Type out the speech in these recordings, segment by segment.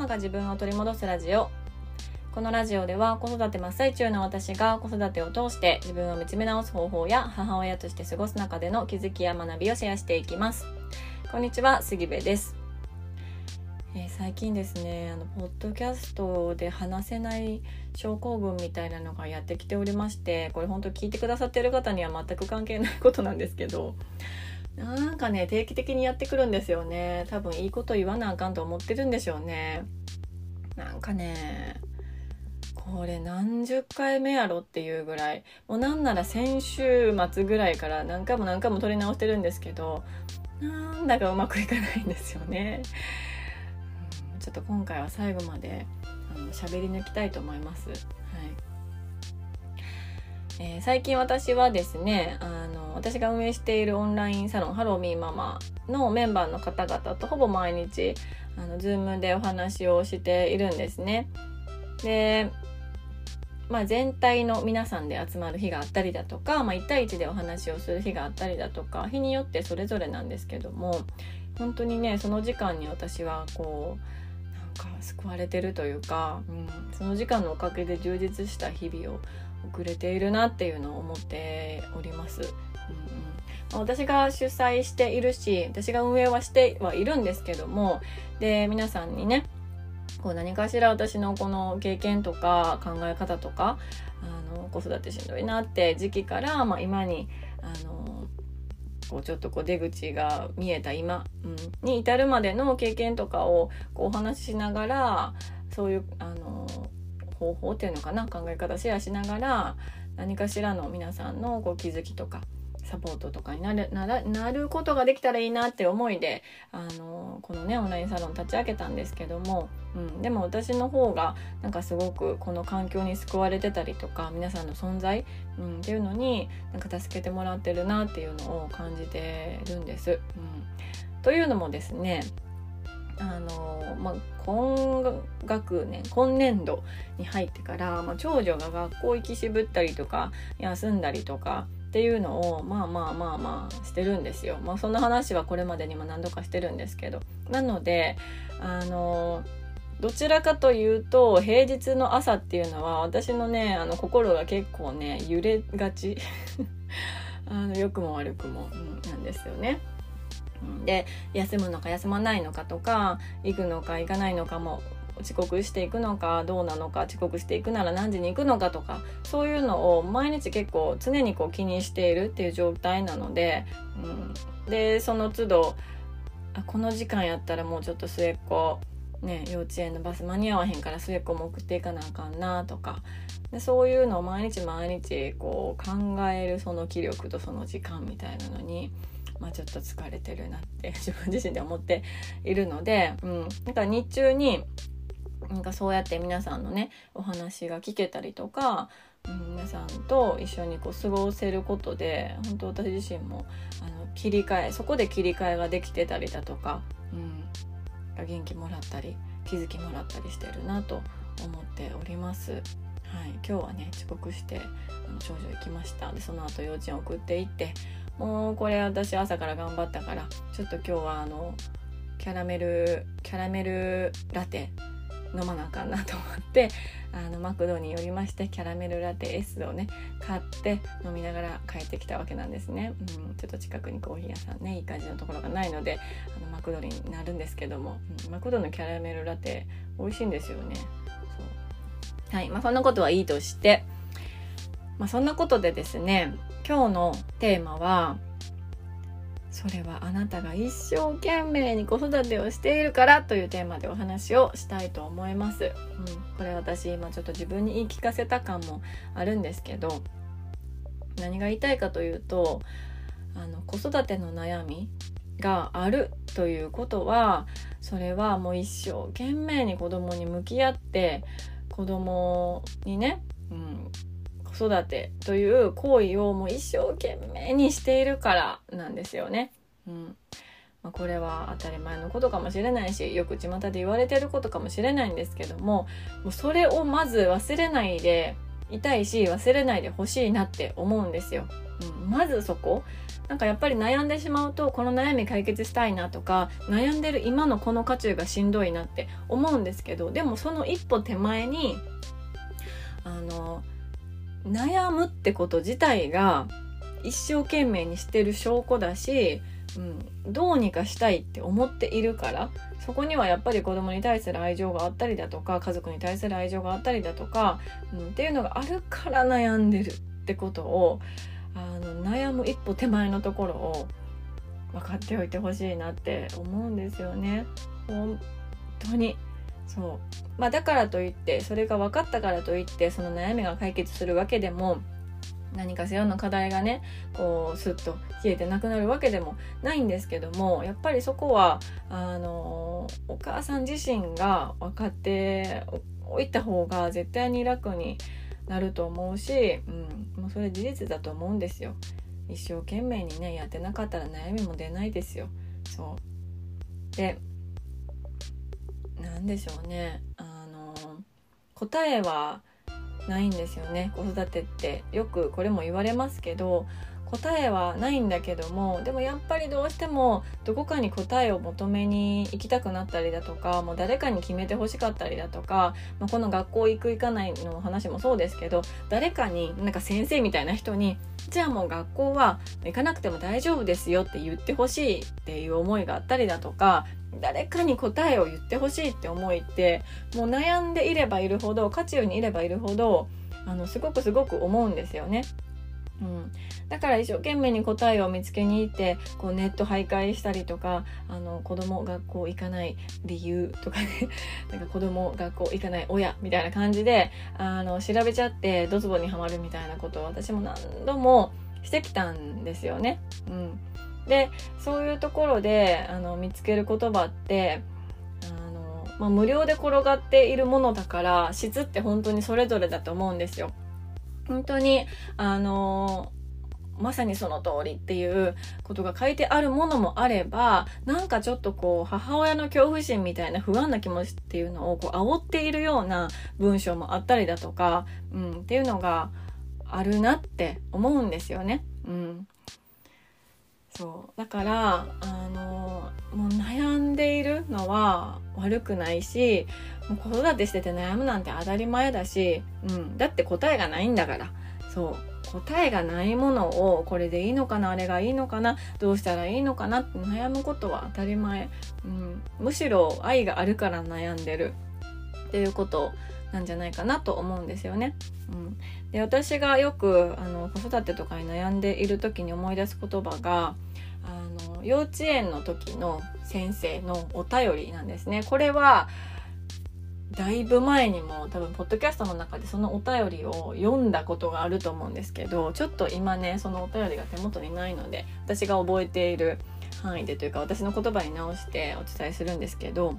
が自分を取り戻すラジオ。このラジオでは子育て真っ最中の私が子育てを通して自分を見つめ直す方法や母親として過ごす中での気づきや学びをシェアしていきます。こんにちは、杉部です。最近ですね、ポッドキャストで話せない症候群みたいなのがやってきておりまして、これ本当聞いてくださっている方には全く関係ないことなんですけど、なんかね定期的にやってくるんですよね。多分いいこと言わなあかんと思ってるんでしょうね。なんかねこれ何十回目やろっていうぐらい、もうなんなら先週末ぐらいから何回も撮り直してるんですけど、なんだかうまくいかないんですよね。ちょっと今回は最後まで喋り抜きたいと思います。最近私はですね、私が運営しているオンラインサロンハローミーママのメンバーの方々とほぼ毎日Zoom でお話をしているんですね。で、全体の皆さんで集まる日があったりだとか、1対1でお話をする日があったりだとか、日によってそれぞれなんですけども、本当にねその時間に私は救われてるというか、その時間のおかげで充実した日々を送れているなっていうのを思っております。私が主催しているし、私が運営はしてはいるんですけども、で皆さんにね何かしら私のこの経験とか考え方とか子育てしんどいなって時期から、今にちょっと出口が見えた今、に至るまでの経験とかをお話ししながら、そういう方法っていうのかな、考え方シェアしながら、何かしらの皆さんの気づきとかサポートとかになることができたらいいなって思いでこのねオンラインサロン立ち上げたんですけども、でも私の方がすごくこの環境に救われてたりとか、皆さんの存在、っていうのに助けてもらってるなっていうのを感じてるんです。というのもですね、今年度に入ってから、長女が学校行きしぶったりとか休んだりとかっていうのをしてるんですよ。そんな話はこれまでにも何度かしてるんですけど、なのでどちらかというと平日の朝っていうのは私のね心が結構ね揺れがち良くも悪くも、なんですよね。で休むのか休まないのかとか、行くのか行かないのかも、遅刻していくのかどうなのか、遅刻していくなら何時に行くのかとか、そういうのを毎日結構常に気にしているっていう状態なので、でその都度この時間やったらもうちょっと末っ子ね、幼稚園のバス間に合わへんから末っ子も送っていかなあかんなとか、でそういうのを毎日考えるその気力とその時間みたいなのにちょっと疲れてるなって自分自身で思っているので、日中にそうやって皆さんのねお話が聞けたりとか、皆さんと一緒に過ごせることで、本当私自身もそこで切り替えができてたりだとか、元気もらったり気づきもらったりしてるなと思っております。今日はね遅刻して長女行きました。でその後幼稚園送って行って、もうこれ私朝から頑張ったから、ちょっと今日はキャラメルラテ飲まなあかんなと思ってマクドに寄りまして、キャラメルラテ S をね買って飲みながら帰ってきたわけなんですね。ちょっと近くにコーヒー屋さんねいい感じのところがないのでマクドになるんですけども、マクドのキャラメルラテ美味しいんですよね。そんなことはいいとして、そんなことでですね、今日のテーマは、それはあなたが一生懸命に子育てをしているからというテーマでお話をしたいと思います。これ私今ちょっと自分に言い聞かせた感もあるんですけど、何が言いたいかというと、子育ての悩みがあるということは、それはもう一生懸命に子供に向き合って、子供にね、子育てという行為をもう一生懸命にしているからなんですよね。これは当たり前のことかもしれないし、よく巷で言われてることかもしれないんですけども、もうそれをまず忘れないでいたいし、忘れないでほしいなって思うんですよ。まずそこなんかやっぱり悩んでしまうと、この悩み解決したいなとか、悩んでる今のこの渦中がしんどいなって思うんですけど、でもその一歩手前に悩むってこと自体が一生懸命にしてる証拠だし、どうにかしたいって思っているから、そこにはやっぱり子供に対する愛情があったりだとか、家族に対する愛情があったりだとか、っていうのがあるから悩んでるってことを、悩む一歩手前のところを分かっておいてほしいなって思うんですよね。本当にそう。だからといって、それが分かったからといってその悩みが解決するわけでも、何かしらの課題がねこうスッと消えてなくなるわけでもないんですけども、やっぱりそこはお母さん自身が分かっておいた方が絶対に楽になると思うし、もうそれ事実だと思うんですよ。一生懸命にねやってなかったら悩みも出ないですよ。そうで、なんでしょうね、答えはないんですよね。子育てってよくこれも言われますけど、答えはないんだけども、でもやっぱりどうしてもどこかに答えを求めに行きたくなったりだとか、もう誰かに決めてほしかったりだとか、この学校行く行かないの話もそうですけど、誰かになんか先生みたいな人に、じゃあもう学校は行かなくても大丈夫ですよって言ってほしいっていう思いがあったりだとか、誰かに答えを言ってほしいって思いって、もう悩んでいればいるほど、渦中にいればいるほどすごく思うんですよね。だから一生懸命に答えを見つけに行って、こうネット徘徊したりとか、子供学校行かない理由とかねなんか子供学校行かない親みたいな感じで調べちゃってドツボにはまるみたいなことを私も何度もしてきたんですよね。でそういうところで見つける言葉って無料で転がっているものだから、質って本当にそれぞれだと思うんですよ。本当にまさにその通りっていうことが書いてあるものもあれば、なんかちょっとこう母親の恐怖心みたいな不安な気持ちっていうのをこう煽っているような文章もあったりだとか、っていうのがあるなって思うんですよね。そうだからもう悩んでいるのは悪くないし、もう子育てしてて悩むなんて当たり前だし、だって答えがないんだから。答えがないものをこれでいいのかな、あれがいいのかな、どうしたらいいのかなって悩むことは当たり前。むしろ愛があるから悩んでるっていうことなんじゃないかなと思うんですよね。で私がよく子育てとかに悩んでいる時に思い出す言葉が幼稚園の時の先生のお便りなんですね。これはだいぶ前にも多分ポッドキャストの中でそのお便りを読んだことがあると思うんですけど、ちょっと今ねそのお便りが手元にないので、私が覚えている範囲でというか私の言葉に直してお伝えするんですけど、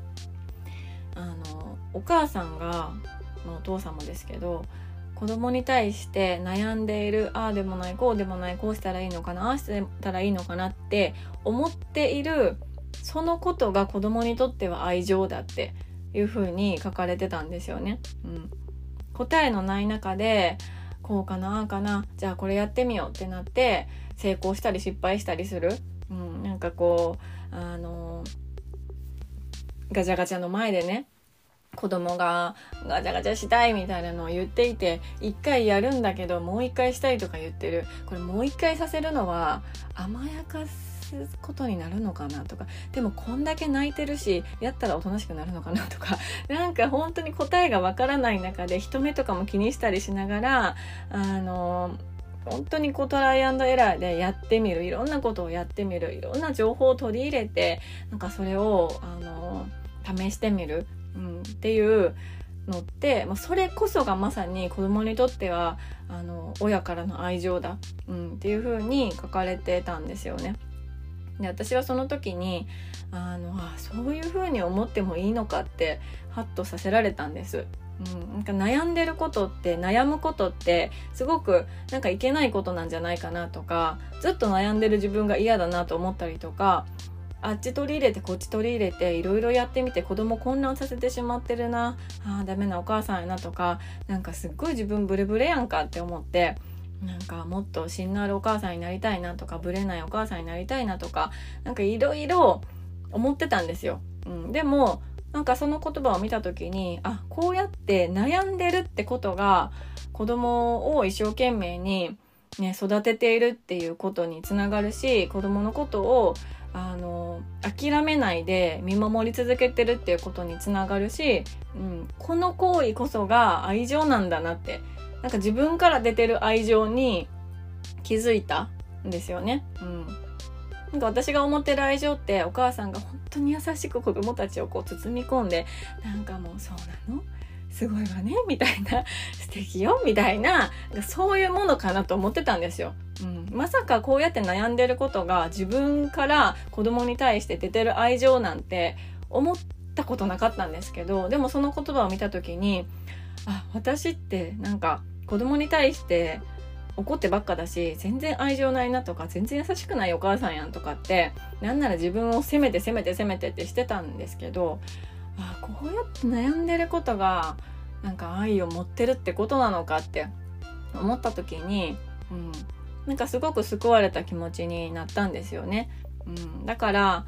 お母さんがお父さんもですけど、子供に対して悩んでいる、ああでもないこうでもない、こうしたらいいのかな、ああしたらいいのかなって思っているそのことが子供にとっては愛情だっていう風に書かれてたんですよね。答えのない中でこうかなああかな、じゃあこれやってみようってなって成功したり失敗したりする、なんかこうガチャガチャの前でね、子供がガチャガチャしたいみたいなのを言っていて、一回やるんだけどもう一回したいとか言ってる。これもう一回させるのは甘やかすことになるのかなとか、でもこんだけ泣いてるしやったらおとなしくなるのかなとか、なんか本当に答えがわからない中で人目とかも気にしたりしながら本当にこうトライアンドエラーでやってみる、いろんなことをやってみる、いろんな情報を取り入れてなんかそれを試してみる、っていうのって、それこそがまさに子供にとっては親からの愛情だ、っていう風に書かれてたんですよね。で私はその時にそういう風に思ってもいいのかってハッとさせられたんです。なんか悩んでることって悩むことってすごくなんかいけないことなんじゃないかなとか、ずっと悩んでる自分が嫌だなと思ったりとか、あっち取り入れてこっち取り入れていろいろやってみて子供混乱させてしまってるな、ダメなお母さんやなとか、なんかすっごい自分ブレブレやんかって思ってなんかもっと芯のあるお母さんになりたいなとか、ブレないお母さんになりたいなとか、なんかいろいろ思ってたんですよ。でもなんかその言葉を見た時に、こうやって悩んでるってことが子供を一生懸命にね育てているっていうことにつながるし、子供のことを諦めないで見守り続けてるっていうことにつながるし、この行為こそが愛情なんだなって、なんか自分から出てる愛情に気づいたんですよね。なんか私が思ってる愛情って、お母さんが本当に優しく子供たちをこう包み込んで、なんかもうそうなのすごいわねみたいな、素敵よみたいな、そういうものかなと思ってたんですよ。まさかこうやって悩んでることが自分から子供に対して出てる愛情なんて思ったことなかったんですけど、でもその言葉を見た時に、私ってなんか子供に対して怒ってばっかだし、全然愛情ないなとか、全然優しくないお母さんやんとかって、なんなら自分を責めてってしてたんですけど、こうやって悩んでることがなんか愛を持ってるってことなのかって思った時に、なんかすごく救われた気持ちになったんですよね。だから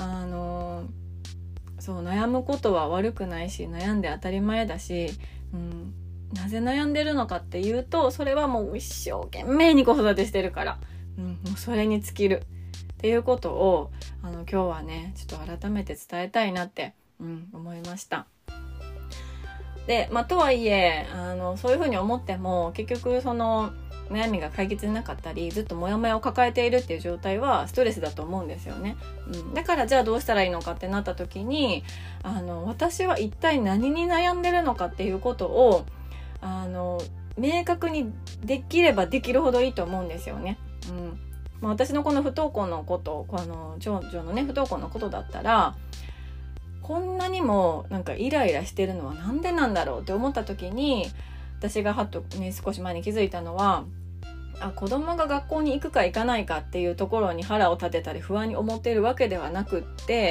そう悩むことは悪くないし、悩んで当たり前だし、なぜ悩んでるのかっていうと、それはもう一生懸命に子育てしてるから、もうそれに尽きるっていうことを今日はねちょっと改めて伝えたいなって、思いました。で、とはいえそういうふうに思っても、結局その悩みが解決なかったり、ずっとモヤモヤを抱えているっていう状態はストレスだと思うんですよね。だからじゃあどうしたらいいのかってなった時に、私は一体何に悩んでるのかっていうことを明確にできればできるほどいいと思うんですよね。私のこの不登校のこと、長女のね不登校のことだったら、こんなにもなんかイライラしてるのはなんでなんだろうって思った時に、私が少し前に気づいたのは、子供が学校に行くか行かないかっていうところに腹を立てたり不安に思っているわけではなくって、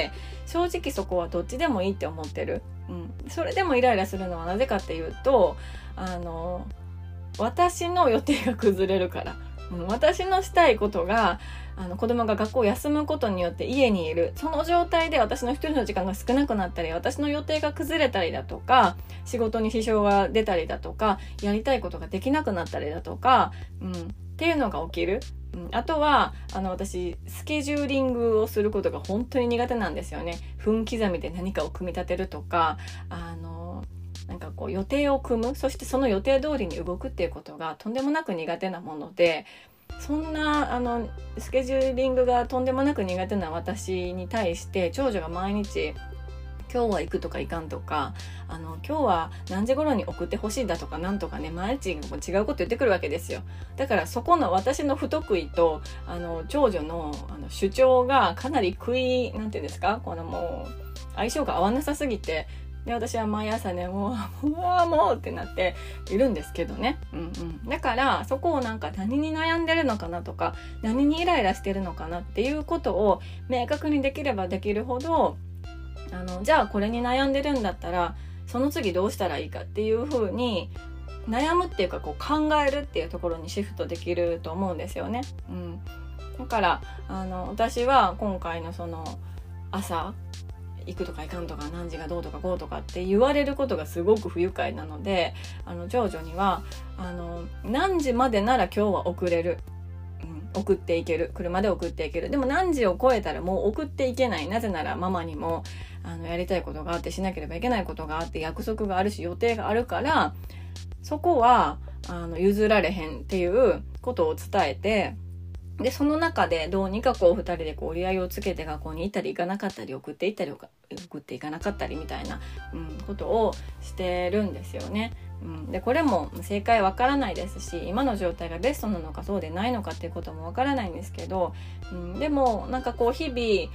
正直そこはどっちでもいいって思ってる。それでもイライラするのはなぜかっていうと、私の予定が崩れるから、私のしたいことが子供が学校を休むことによって家にいる、その状態で私の一人の時間が少なくなったり、私の予定が崩れたりだとか、仕事に支障が出たりだとか、やりたいことができなくなったりだとか、っていうのが起きる。あとは私スケジューリングをすることが本当に苦手なんですよね。分刻みで何かを組み立てるとか、なんかこう予定を組む、そしてその予定通りに動くっていうことがとんでもなく苦手なもので、そんなスケジューリングがとんでもなく苦手な私に対して長女が毎日今日は行くとか行かんとか、今日は何時頃に送ってほしいだとかなんとかね、毎日違うこと言ってくるわけですよ。だからそこの私の不得意と長女の主張がかなりなんていうんですか、もう相性が合わなさすぎて、で私は毎朝ねもうってなっているんですけどね。だからそこをなんか何に悩んでるのかなとか、何にイライラしてるのかなっていうことを明確にできればできるほど、じゃあこれに悩んでるんだったらその次どうしたらいいかっていう風に悩むっていうか、こう考えるっていうところにシフトできると思うんですよね。だから私は今回のその朝行くとか行かんとか、何時がどうとかこうとかって言われることがすごく不愉快なので、長女には何時までなら今日は送れる、送っていける、車で送っていける、でも何時を超えたらもう送っていけない、なぜならママにもやりたいことがあって、しなければいけないことがあって、約束があるし予定があるから、そこは譲られへんっていうことを伝えて、でその中でどうにかこう2人でこう折り合いをつけて、学校に行ったり行かなかったり、送っていったり送っていかなかったりみたいな、ことをしてるんですよね。でこれも正解わからないですし、今の状態がベストなのかそうでないのかっていうこともわからないんですけど、でもなんかこう日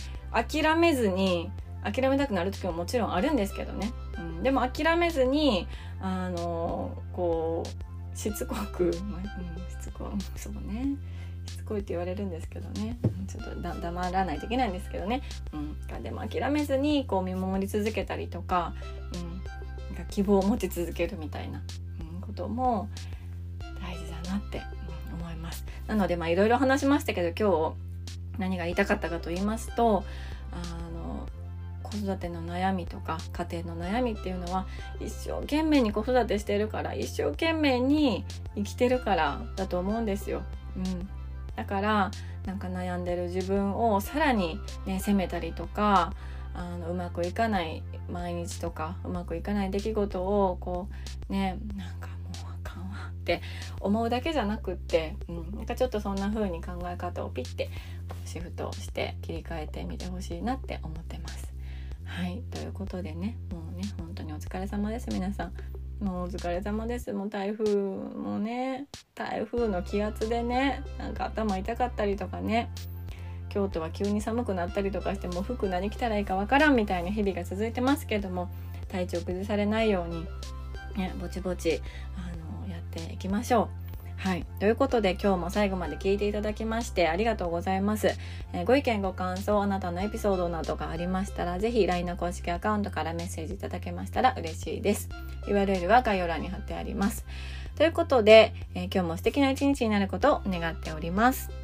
々諦めたくなる時ももちろんあるんですけどね、でも諦めずにこうしつこく、そうね、しつこいって言われるんですけどね、ちょっと黙らないといけないんですけどね、でも諦めずにこう見守り続けたりとか、なんか希望を持ち続けるみたいな、ことも大事だなって、思ます。なのでいろいろ話しましたけど、今日何が言いたかったかと言いますと、子育ての悩みとか家庭の悩みっていうのは一生懸命に子育てしてるから、一生懸命に生きてるからだと思うんですよ。だから悩んでる自分をさらにね責めたりとか、うまくいかない毎日とかうまくいかない出来事をこうねもうあかんわって思うだけじゃなくって、ちょっとそんな風に考え方をピッてシフトして切り替えてみてほしいなって思ってます。はい、ということでね、もうね本当にお疲れ様です。皆さんもうお疲れ様です。もう台風の気圧でね頭痛かったりとかね、京都は急に寒くなったりとかして、もう服何着たらいいかわからんみたいな日々が続いてますけども、体調崩されないように、ね、ぼちぼちやっていきましょう。はい、ということで今日も最後まで聞いていただきましてありがとうございます。ご意見ご感想、あなたのエピソードなどがありましたら、ぜひ LINE の公式アカウントからメッセージいただけましたら嬉しいです。URL は概要欄に貼ってあります。ということで、今日も素敵な一日になることを願っております。